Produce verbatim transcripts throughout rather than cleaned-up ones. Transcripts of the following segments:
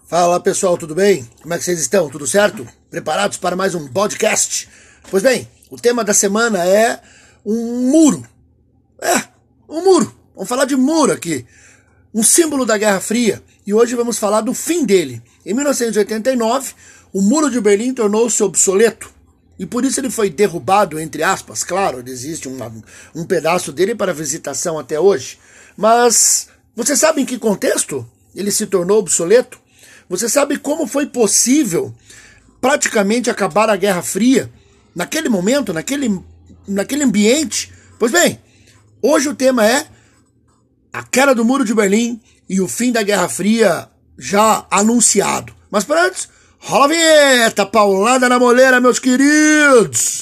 Fala pessoal, tudo bem? Como é que vocês estão? Tudo certo? Preparados para mais um podcast? Pois bem, o tema da semana é um muro. É, um muro. Vamos falar de muro aqui. Um símbolo da Guerra Fria. E hoje vamos falar do fim dele. Em mil novecentos e oitenta e nove, o Muro de Berlim tornou-se obsoleto. E por isso ele foi derrubado, entre aspas. Claro, existe uma, um pedaço dele para visitação até hoje. Mas você sabe em que contexto ele se tornou obsoleto? Você sabe como foi possível praticamente acabar a Guerra Fria naquele momento, naquele, naquele ambiente? Pois bem, hoje o tema é a queda do Muro de Berlim e o fim da Guerra Fria já anunciado. Mas para antes, rola a vinheta, paulada na moleira, meus queridos!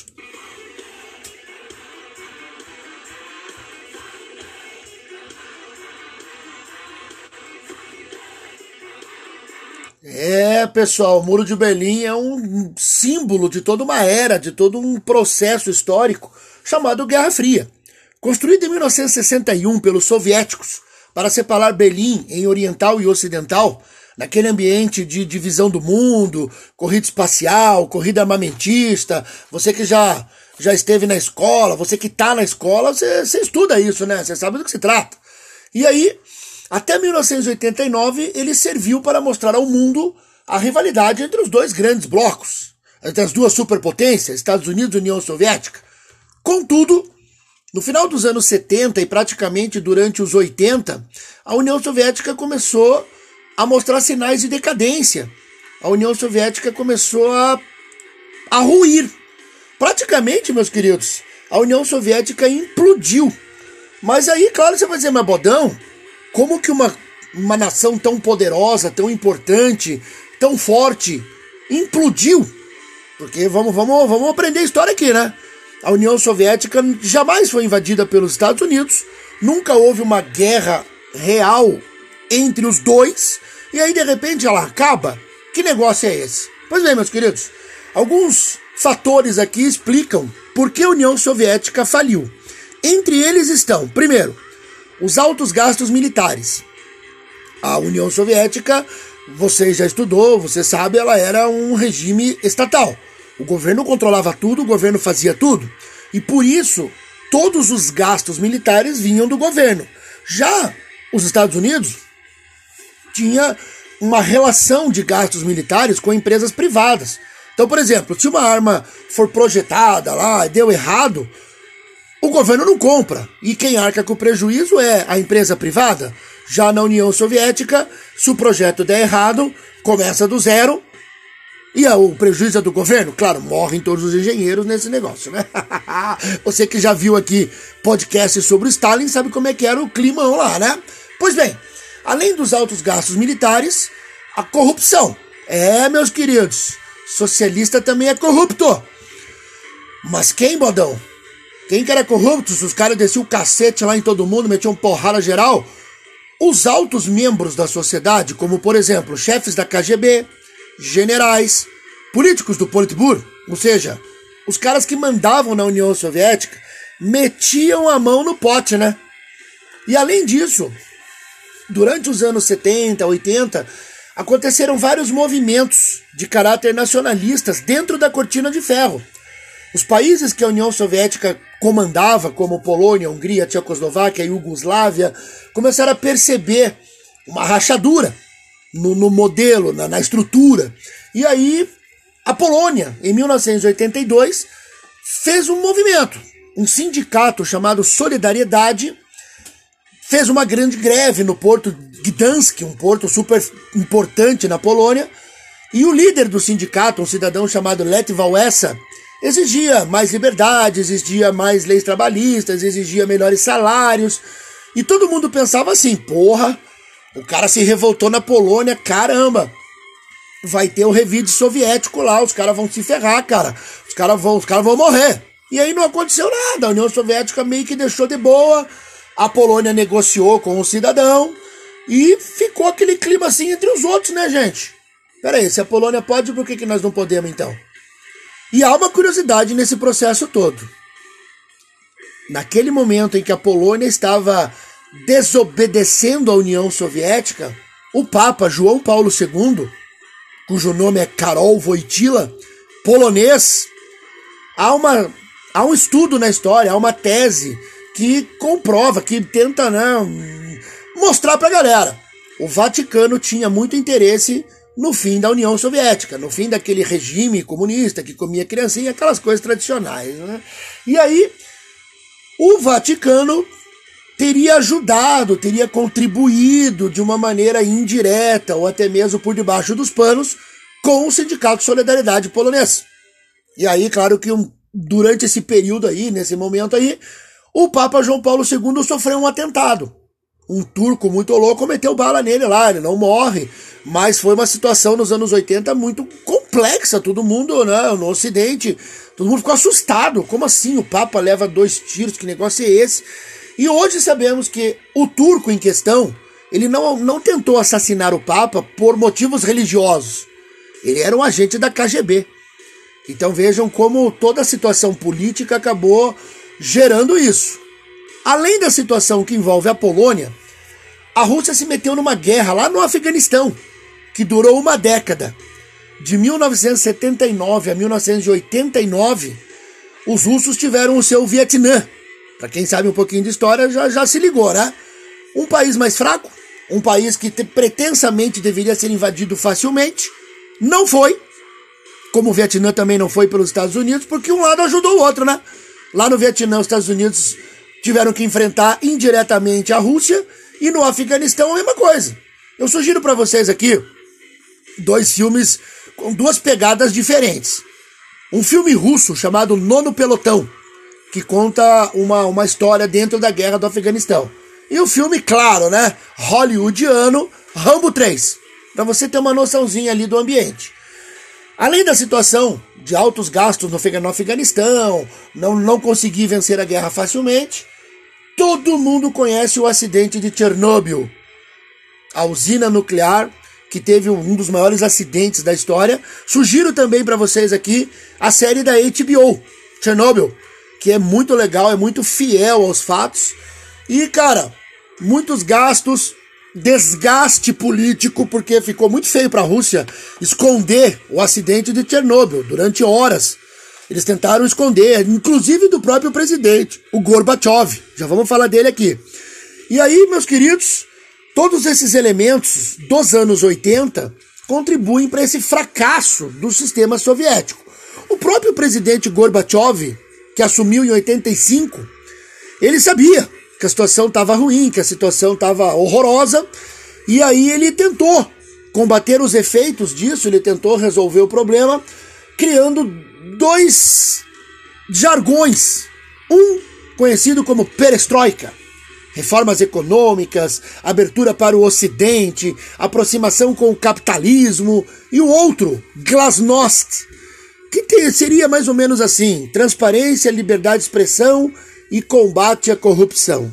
É, pessoal, o Muro de Berlim é um símbolo de toda uma era, de todo um processo histórico chamado Guerra Fria. Construído em mil novecentos e sessenta e um pelos soviéticos para separar Berlim em oriental e ocidental, naquele ambiente de divisão do mundo, corrida espacial, corrida armamentista, você que já, já esteve na escola, você que está na escola, você, você estuda isso, né? Você sabe do que se trata. E aí, até mil novecentos e oitenta e nove, ele serviu para mostrar ao mundo a rivalidade entre os dois grandes blocos, entre as duas superpotências, Estados Unidos e União Soviética. Contudo, no final dos anos setenta e praticamente durante os oitenta, a União Soviética começou a mostrar sinais de decadência. A União Soviética começou a, a ruir. Praticamente, meus queridos, a União Soviética implodiu. Mas aí, claro, você vai dizer, mas Bodão, como que uma, uma nação tão poderosa, tão importante, tão forte, implodiu? Porque vamos, vamos, vamos aprender a história aqui, né? A União Soviética jamais foi invadida pelos Estados Unidos, nunca houve uma guerra real entre os dois, e aí de repente ela acaba? Que negócio é esse? Pois bem, meus queridos, alguns fatores aqui explicam por que a União Soviética faliu. Entre eles estão, primeiro, os altos gastos militares. A União Soviética, você já estudou, você sabe, ela era um regime estatal. O governo controlava tudo, o governo fazia tudo. E por isso, todos os gastos militares vinham do governo. Já os Estados Unidos tinha uma relação de gastos militares com empresas privadas. Então, por exemplo, se uma arma for projetada lá e deu errado, o governo não compra. E quem arca com o prejuízo é a empresa privada. Já na União Soviética, se o projeto der errado, começa do zero. E o prejuízo é do governo? Claro, morrem todos os engenheiros nesse negócio, né? Você que já viu aqui podcasts sobre o Stalin sabe como é que era o climão lá, né? Pois bem, além dos altos gastos militares, a corrupção. É, meus queridos, socialista também é corrupto. Mas quem, Bodão? Quem que era corrupto? Se os caras desciam o cacete lá em todo mundo, metiam porrada geral? Os altos membros da sociedade, como por exemplo, chefes da K G B, generais, políticos do Politburo, ou seja, os caras que mandavam na União Soviética, metiam a mão no pote, né? E além disso, durante os anos setenta, oitenta, aconteceram vários movimentos de caráter nacionalistas dentro da cortina de ferro. Os países que a União Soviética comandava, como Polônia, Hungria, Tchecoslováquia e Iugoslávia, começaram a perceber uma rachadura no, no modelo, na, na estrutura. E aí, a Polônia, em mil novecentos e oitenta e dois, fez um movimento. Um sindicato chamado Solidariedade fez uma grande greve no porto Gdansk, um porto super importante na Polônia, e o líder do sindicato, um cidadão chamado Lech Wałęsa, exigia mais liberdade, exigia mais leis trabalhistas, exigia melhores salários, e todo mundo pensava assim, porra, o cara se revoltou na Polônia, caramba, vai ter o revide soviético lá, os caras vão se ferrar, cara, os caras vão, os caras vão morrer. E aí não aconteceu nada, a União Soviética meio que deixou de boa, a Polônia negociou com o cidadão, e ficou aquele clima assim entre os outros, né, gente? Pera aí, se a Polônia pode, por que, que nós não podemos então? E há uma curiosidade nesse processo todo. Naquele momento em que a Polônia estava desobedecendo à União Soviética, o Papa João Paulo segundo, cujo nome é Karol Wojtyła, polonês, há, uma, há um estudo na história, há uma tese que comprova, que tenta, né, mostrar pra galera. O Vaticano tinha muito interesse no fim da União Soviética, no fim daquele regime comunista que comia criancinha, aquelas coisas tradicionais, né? E aí, o Vaticano teria ajudado, teria contribuído de uma maneira indireta, ou até mesmo por debaixo dos panos, com o Sindicato de Solidariedade polonês. E aí, claro que um, durante esse período aí, nesse momento aí, o Papa João Paulo segundo sofreu um atentado. Um turco muito louco meteu bala nele lá, ele não morre, mas foi uma situação nos anos oitenta muito complexa, todo mundo, né, no Ocidente, todo mundo ficou assustado, como assim o Papa leva dois tiros, que negócio é esse? E hoje sabemos que o turco em questão, ele não, não tentou assassinar o Papa por motivos religiosos, ele era um agente da K G B. Então vejam como toda a situação política acabou gerando isso. Além da situação que envolve a Polônia, a Rússia se meteu numa guerra lá no Afeganistão, que durou uma década. De mil novecentos e setenta e nove a mil novecentos e oitenta e nove, os russos tiveram o seu Vietnã. Para quem sabe um pouquinho de história, já, já se ligou, né? Um país mais fraco, um país que te, pretensamente deveria ser invadido facilmente, não foi. Como o Vietnã também não foi pelos Estados Unidos, porque um lado ajudou o outro, né? Lá no Vietnã, os Estados Unidos tiveram que enfrentar indiretamente a Rússia, e no Afeganistão a mesma coisa. Eu sugiro para vocês aqui dois filmes com duas pegadas diferentes. Um filme russo chamado Nono Pelotão, que conta uma, uma história dentro da guerra do Afeganistão. E o filme, claro, né, hollywoodiano, Rambo três, para você ter uma noçãozinha ali do ambiente. Além da situação de altos gastos no Afeganistão, não, não conseguir vencer a guerra facilmente, todo mundo conhece o acidente de Chernobyl, a usina nuclear que teve um dos maiores acidentes da história. Sugiro também para vocês aqui a série da H B O, Chernobyl, que é muito legal, é muito fiel aos fatos. E, cara, muitos gastos, desgaste político, porque ficou muito feio para a Rússia esconder o acidente de Chernobyl durante horas. Eles tentaram esconder, inclusive do próprio presidente, o Gorbachev. Já vamos falar dele aqui. E aí, meus queridos, todos esses elementos dos anos oitenta contribuem para esse fracasso do sistema soviético. O próprio presidente Gorbachev, que assumiu em oitenta e cinco, ele sabia que a situação estava ruim, que a situação estava horrorosa, e aí ele tentou combater os efeitos disso, ele tentou resolver o problema, criando dois jargões. Um conhecido como perestroika, reformas econômicas, abertura para o Ocidente, aproximação com o capitalismo, e o outro, glasnost, que te, seria mais ou menos assim: transparência, liberdade de expressão e combate à corrupção.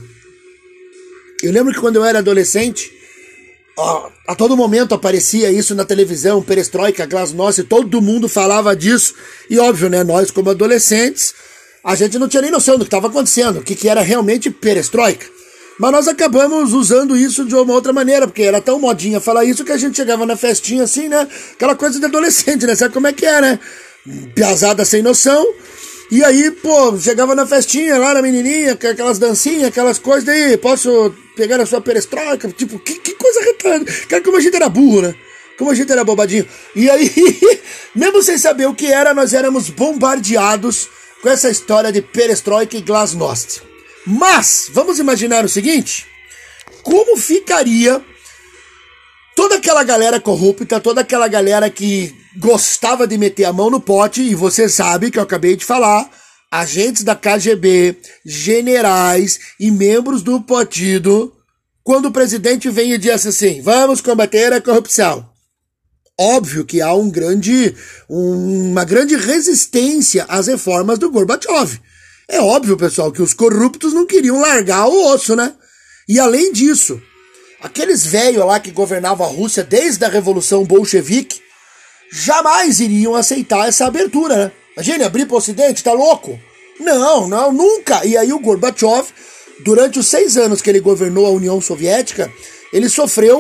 Eu lembro que quando eu era adolescente, ó, a todo momento aparecia isso na televisão, perestroika, glasnost, e todo mundo falava disso. E óbvio, né, nós como adolescentes, a gente não tinha nem noção do que estava acontecendo, o que, que era realmente perestroika. Mas nós acabamos usando isso de uma outra maneira, porque era tão modinha falar isso que a gente chegava na festinha assim, né, aquela coisa de adolescente, né, sabe como é que é, né? Piazada sem noção. E aí, pô, chegava na festinha lá na menininha, com aquelas dancinhas, aquelas coisas, daí, posso pegar a sua perestroika? Tipo, que, que coisa retada. Cara, como a gente era burro, né? Como a gente era bobadinho. E aí, mesmo sem saber o que era, nós éramos bombardeados com essa história de perestroika e glasnost. Mas, vamos imaginar o seguinte: como ficaria toda aquela galera corrupta, toda aquela galera que gostava de meter a mão no pote, e você sabe que eu acabei de falar, agentes da K G B, generais e membros do partido, quando o presidente vem e diz assim: vamos combater a corrupção. Óbvio que há um grande, um, uma grande resistência às reformas do Gorbachev. É óbvio, pessoal, que os corruptos não queriam largar o osso, né? E além disso, aqueles velhos lá que governavam a Rússia desde a Revolução Bolchevique jamais iriam aceitar essa abertura, né? Imagina, abrir para o Ocidente, tá louco? Não, não, nunca. E aí o Gorbachev, durante os seis anos que ele governou a União Soviética, ele sofreu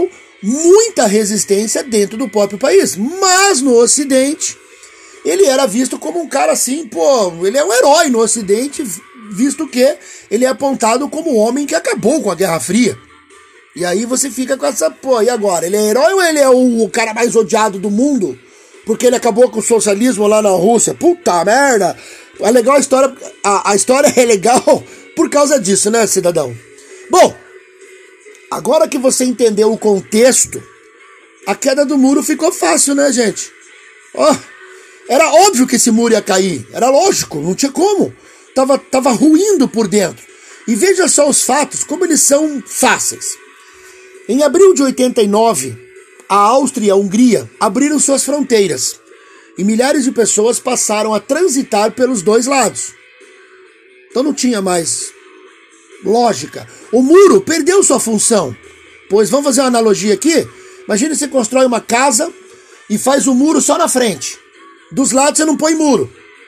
muita resistência dentro do próprio país. Mas no Ocidente, ele era visto como um cara assim, pô, ele é um herói no Ocidente, visto que ele é apontado como o homem que acabou com a Guerra Fria. E aí você fica com essa, pô, e agora? Ele é herói ou ele é o cara mais odiado do mundo? Porque ele acabou com o socialismo lá na Rússia. Puta merda! É legal a história, a, a história é legal por causa disso, né, cidadão? Bom, agora que você entendeu o contexto, a queda do muro ficou fácil, né, gente? Ó, oh, era óbvio que esse muro ia cair, era lógico, não tinha como. Tava, tava ruindo por dentro. E veja só os fatos, como eles são fáceis. Em abril de oitenta e nove, a Áustria e a Hungria abriram suas fronteiras e milhares de pessoas passaram a transitar pelos dois lados. Então não tinha mais lógica. O muro perdeu sua função. Pois vamos fazer uma analogia aqui. Imagine você constrói uma casa e faz o muro só na frente. Dos lados você não põe muro.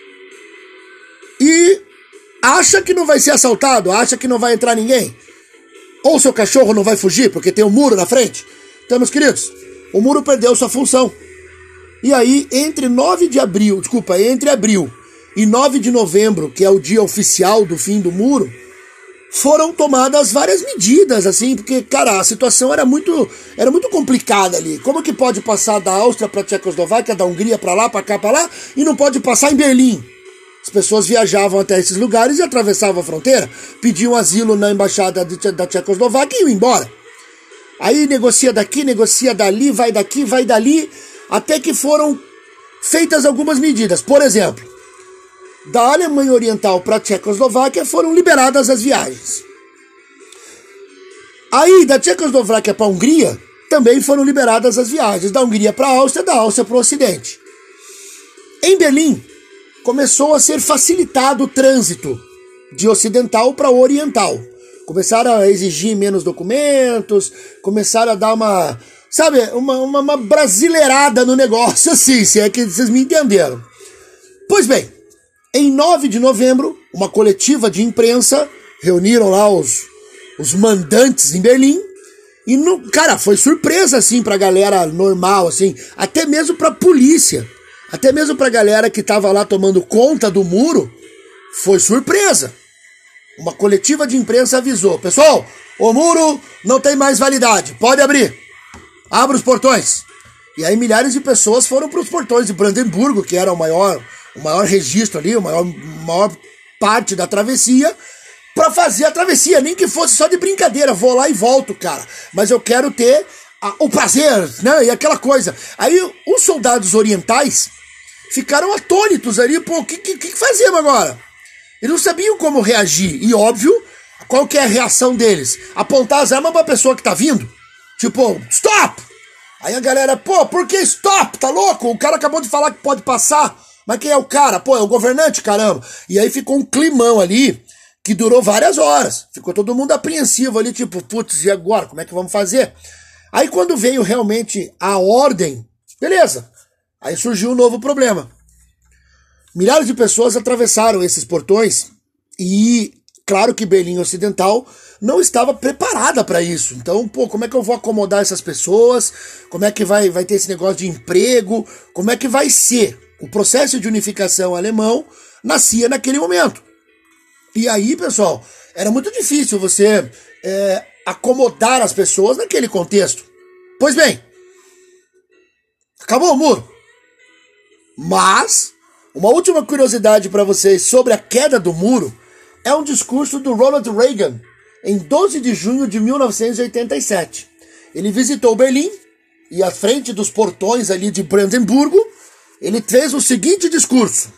E acha que não vai ser assaltado, acha que não vai entrar ninguém. Ou seu cachorro não vai fugir porque tem um muro na frente. Então, meus queridos, o muro perdeu sua função. E aí, entre nove de abril, desculpa, entre abril e nove de novembro, que é o dia oficial do fim do muro, foram tomadas várias medidas, assim, porque, cara, a situação era muito, era muito complicada ali. Como que pode passar da Áustria para a Tchecoslováquia, da Hungria para lá, para cá, para lá, e não pode passar em Berlim? As pessoas viajavam até esses lugares e atravessavam a fronteira, pediam asilo na embaixada da Tchecoslováquia e iam embora. Aí negocia daqui, negocia dali, vai daqui, vai dali, até que foram feitas algumas medidas. Por exemplo, da Alemanha Oriental para a Tchecoslováquia foram liberadas as viagens. Aí, da Tchecoslováquia para a Hungria, também foram liberadas as viagens. Da Hungria para a Áustria, da Áustria para o Ocidente. Em Berlim, começou a ser facilitado o trânsito de ocidental para oriental. Começaram a exigir menos documentos, começaram a dar uma, sabe, uma, uma, uma brasileirada no negócio, assim, se é que vocês me entenderam. Pois bem, em nove de novembro, uma coletiva de imprensa, reuniram lá os, os mandantes em Berlim, e, no, cara, foi surpresa, assim, pra galera normal, assim, até mesmo pra polícia. Até mesmo pra galera que tava lá tomando conta do muro, foi surpresa. Uma coletiva de imprensa avisou: pessoal, o muro não tem mais validade, pode abrir. Abra os portões. E aí milhares de pessoas foram para os portões de Brandemburgo, que era o maior, o maior registro ali, a maior, maior parte da travessia, para fazer a travessia, nem que fosse só de brincadeira, vou lá e volto, cara. Mas eu quero ter a, o prazer, né, e aquela coisa. Aí os soldados orientais ficaram atônitos ali, pô, o que, que, que fazemos agora? Eles não sabiam como reagir, e óbvio, qual que é a reação deles? Apontar as armas pra pessoa que tá vindo, tipo, stop! Aí a galera, pô, por que stop? Tá louco? O cara acabou de falar que pode passar, mas quem é o cara? Pô, é o governante, caramba. E aí ficou um climão ali, que durou várias horas, ficou todo mundo apreensivo ali, tipo, putz, e agora? Como é que vamos fazer? Aí quando veio realmente a ordem, beleza, aí surgiu um novo problema. Milhares de pessoas atravessaram esses portões e, claro que Berlim Ocidental não estava preparada para isso. Então, pô, como é que eu vou acomodar essas pessoas? Como é que vai, vai ter esse negócio de emprego? Como é que vai ser? O processo de unificação alemão nascia naquele momento. E aí, pessoal, era muito difícil você é, acomodar as pessoas naquele contexto. Pois bem, acabou o muro. Mas uma última curiosidade para vocês sobre a queda do muro é um discurso do Ronald Reagan em doze de junho de mil novecentos e oitenta e sete. Ele visitou Berlim e à frente dos portões ali de Brandemburgo, ele fez o seguinte discurso: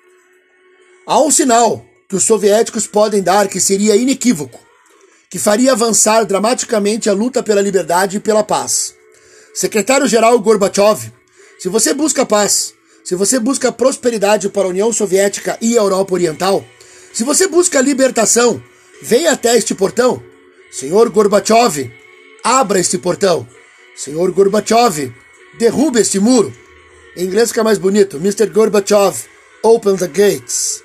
há um sinal que os soviéticos podem dar que seria inequívoco, que faria avançar dramaticamente a luta pela liberdade e pela paz. Secretário-geral Gorbachev, se você busca paz, se você busca prosperidade para a União Soviética e a Europa Oriental, se você busca libertação, venha até este portão. Senhor Gorbachev, abra este portão. Senhor Gorbachev, derruba este muro. Em inglês fica mais bonito. mister Gorbachev, open the gates.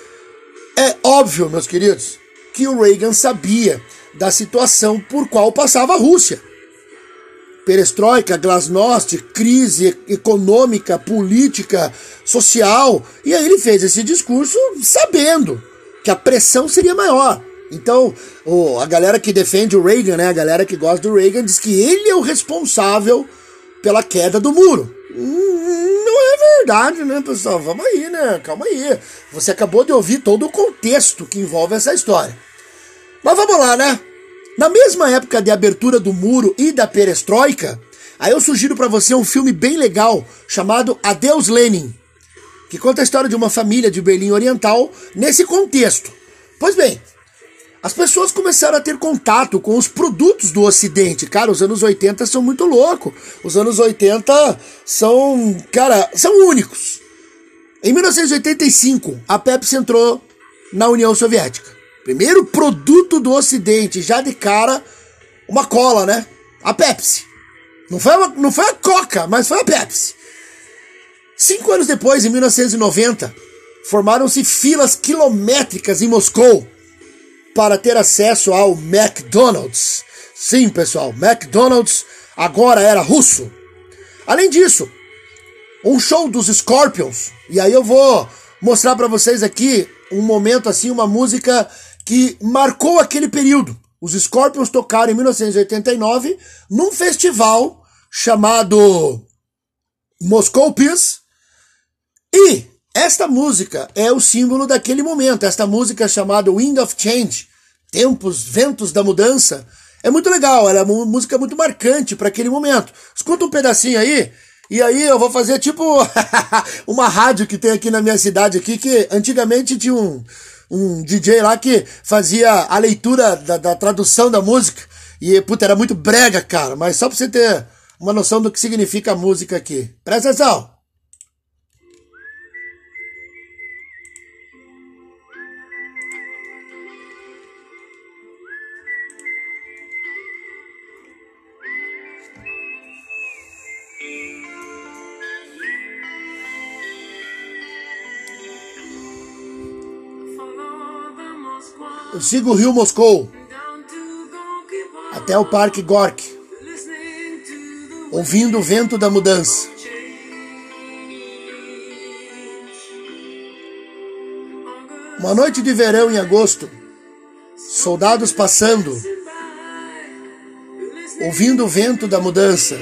É óbvio, meus queridos, que o Reagan sabia da situação por qual passava a Rússia. perestroika, glasnost, crise econômica, política, social. E aí ele fez esse discurso sabendo que a pressão seria maior. Então, oh, a galera que defende o Reagan, né, a galera que gosta do Reagan, diz que ele é o responsável pela queda do muro. Hum, não é verdade, né, pessoal? Vamos aí, né? Calma aí. Você acabou de ouvir todo o contexto que envolve essa história. Mas vamos lá, né? Na mesma época de abertura do muro e da perestroika, aí eu sugiro para você um filme bem legal chamado Adeus Lenin, que conta a história de uma família de Berlim Oriental nesse contexto. Pois bem, as pessoas começaram a ter contato com os produtos do Ocidente. Cara, os anos oitenta são muito loucos. Os anos oitenta são, cara, são únicos. Em mil novecentos e oitenta e cinco, a Pepsi entrou na União Soviética. Primeiro produto do Ocidente, já de cara, uma cola, né? A Pepsi. Não foi, uma, não foi a Coca, mas foi a Pepsi. Cinco anos depois, em mil novecentos e noventa, formaram-se filas quilométricas em Moscou para ter acesso ao McDonald's. Sim, pessoal, McDonald's agora era russo. Além disso, um show dos Scorpions, e aí eu vou mostrar para vocês aqui um momento assim, uma música que marcou aquele período. Os Scorpions tocaram em mil novecentos e oitenta e nove num festival chamado Moscow Peace, e esta música é o símbolo daquele momento. Esta música chamada Wind of Change, Tempos, Ventos da Mudança, é muito legal, ela é uma música muito marcante para aquele momento. Escuta um pedacinho aí, e aí eu vou fazer tipo uma rádio que tem aqui na minha cidade aqui, que antigamente tinha um, um D J lá que fazia a leitura da, da tradução da música, e puta, era muito brega, cara, mas só pra você ter uma noção do que significa a música aqui. Presta atenção! Eu sigo o rio Moscou até o Parque Gorky, ouvindo o vento da mudança. Uma noite de verão em agosto, soldados passando, ouvindo o vento da mudança.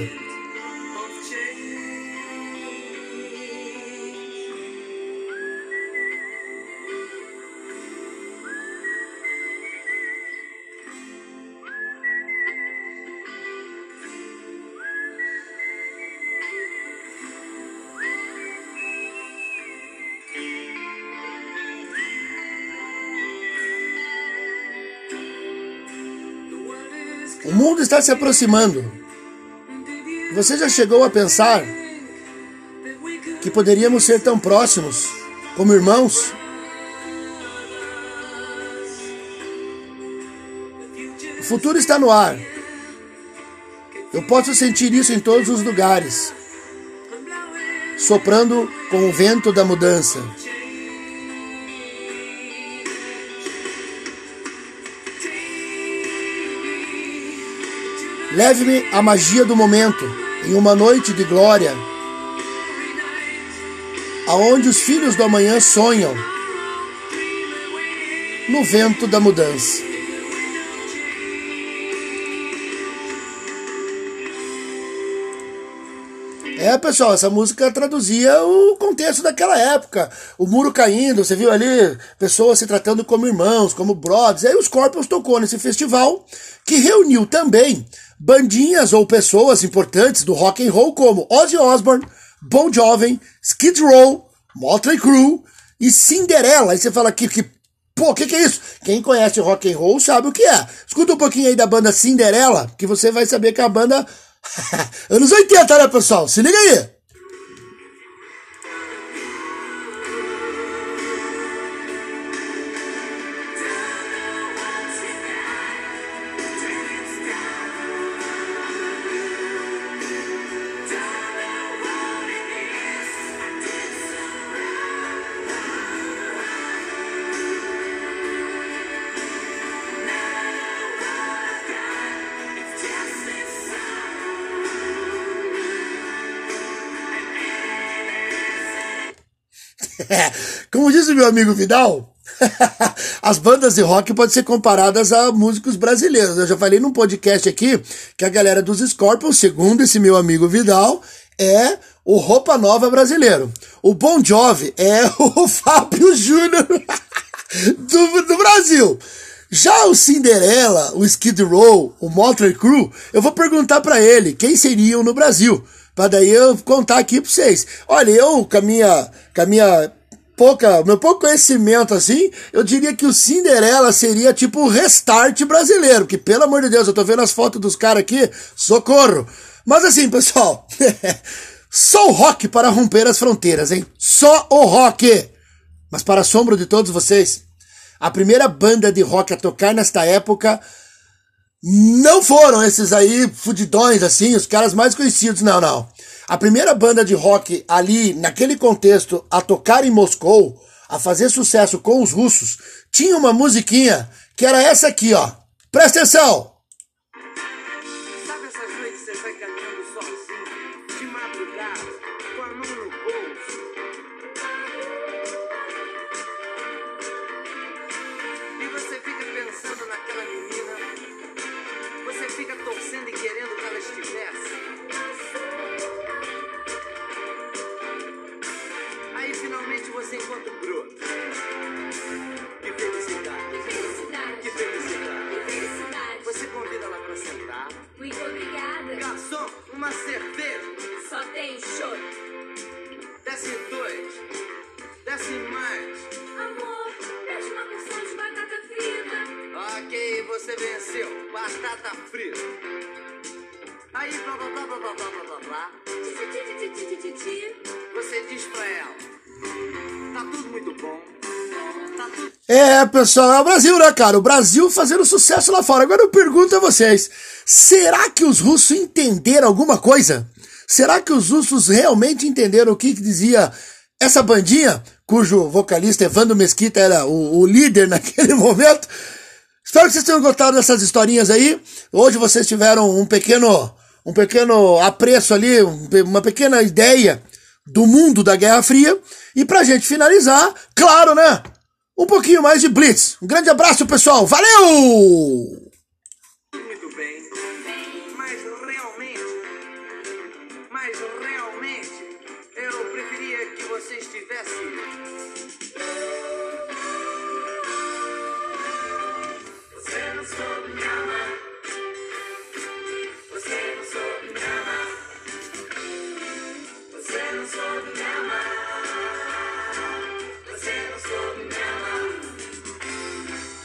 O mundo está se aproximando. Você já chegou a pensar que poderíamos ser tão próximos como irmãos? O futuro está no ar. Eu posso sentir isso em todos os lugares, soprando com o vento da mudança. Leve-me à magia do momento, em uma noite de glória, aonde os filhos do amanhã sonham, no vento da mudança. É, pessoal, essa música traduzia o contexto daquela época. O muro caindo, você viu ali pessoas se tratando como irmãos, como brothers. Aí os Scorpions tocou nesse festival, que reuniu também bandinhas ou pessoas importantes do rock and roll como Ozzy Osbourne, Bon Jovi, Skid Row, Motley Crue e Cinderella. Aí você fala que, que pô, o que, que é isso? Quem conhece o rock and roll sabe o que é. Escuta um pouquinho aí da banda Cinderella, que você vai saber que é a banda anos oitenta, né, pessoal? Se liga aí! Como disse meu amigo Vidal, as bandas de rock podem ser comparadas a músicos brasileiros. Eu já falei num podcast aqui que a galera dos Scorpions, segundo esse meu amigo Vidal, é o Roupa Nova brasileiro. O Bon Jovi é o Fábio Júnior do, do Brasil. Já o Cinderella, o Skid Row, o Motley Crue, eu vou perguntar pra ele quem seriam no Brasil, pra daí eu contar aqui pra vocês. Olha, eu com a minha, com a minha pouca, meu pouco conhecimento assim, eu diria que o Cinderella seria tipo o Restart brasileiro, que pelo amor de Deus, eu tô vendo as fotos dos caras aqui, socorro. Mas assim, pessoal, só o rock para romper as fronteiras, hein? Só o rock! Mas para assombro de todos vocês, a primeira banda de rock a tocar nesta época não foram esses aí fudidões assim, os caras mais conhecidos, não, não. A primeira banda de rock ali, naquele contexto, a tocar em Moscou, a fazer sucesso com os russos, tinha uma musiquinha que era essa aqui, ó. Presta atenção! Sabe essas noites que você vai caminhando sozinho, de madrugada, com a mão no bolso? E você fica pensando naquela menina, você fica torcendo e querendo que ela estivesse. Aí finalmente você encontra o broto. Que felicidade. Que felicidade. Que felicidade. Que felicidade. Você convida ela pra sentar. Muito obrigada. Garçom, uma cerveja. Só tem choro. Desce dois. Desce mais. Amor, deixa uma porção de batata frita. Ok, você venceu. Batata frita. Aí, blá blá blá blá blá blá blá blá. Ti, ti, ti, ti, ti, ti, ti. Você diz pra ela: tá tudo muito bom. Tá tudo. É, pessoal, é o Brasil, né, cara? O Brasil fazendo sucesso lá fora. Agora eu pergunto a vocês, será que os russos entenderam alguma coisa? Será que os russos realmente entenderam o que, que dizia essa bandinha, cujo vocalista Evandro Mesquita era o, o líder naquele momento? Espero que vocês tenham gostado dessas historinhas aí. Hoje vocês tiveram um pequeno, um pequeno apreço ali, uma pequena ideia do mundo da Guerra Fria. E pra gente finalizar, claro, né? Um pouquinho mais de Blitz. Um grande abraço, pessoal. Valeu! Muito bem. Mas realmente, mas realmente, eu preferia que você estivesse. Você não soube me amar. Você não soube me amar. Você não soube me amar.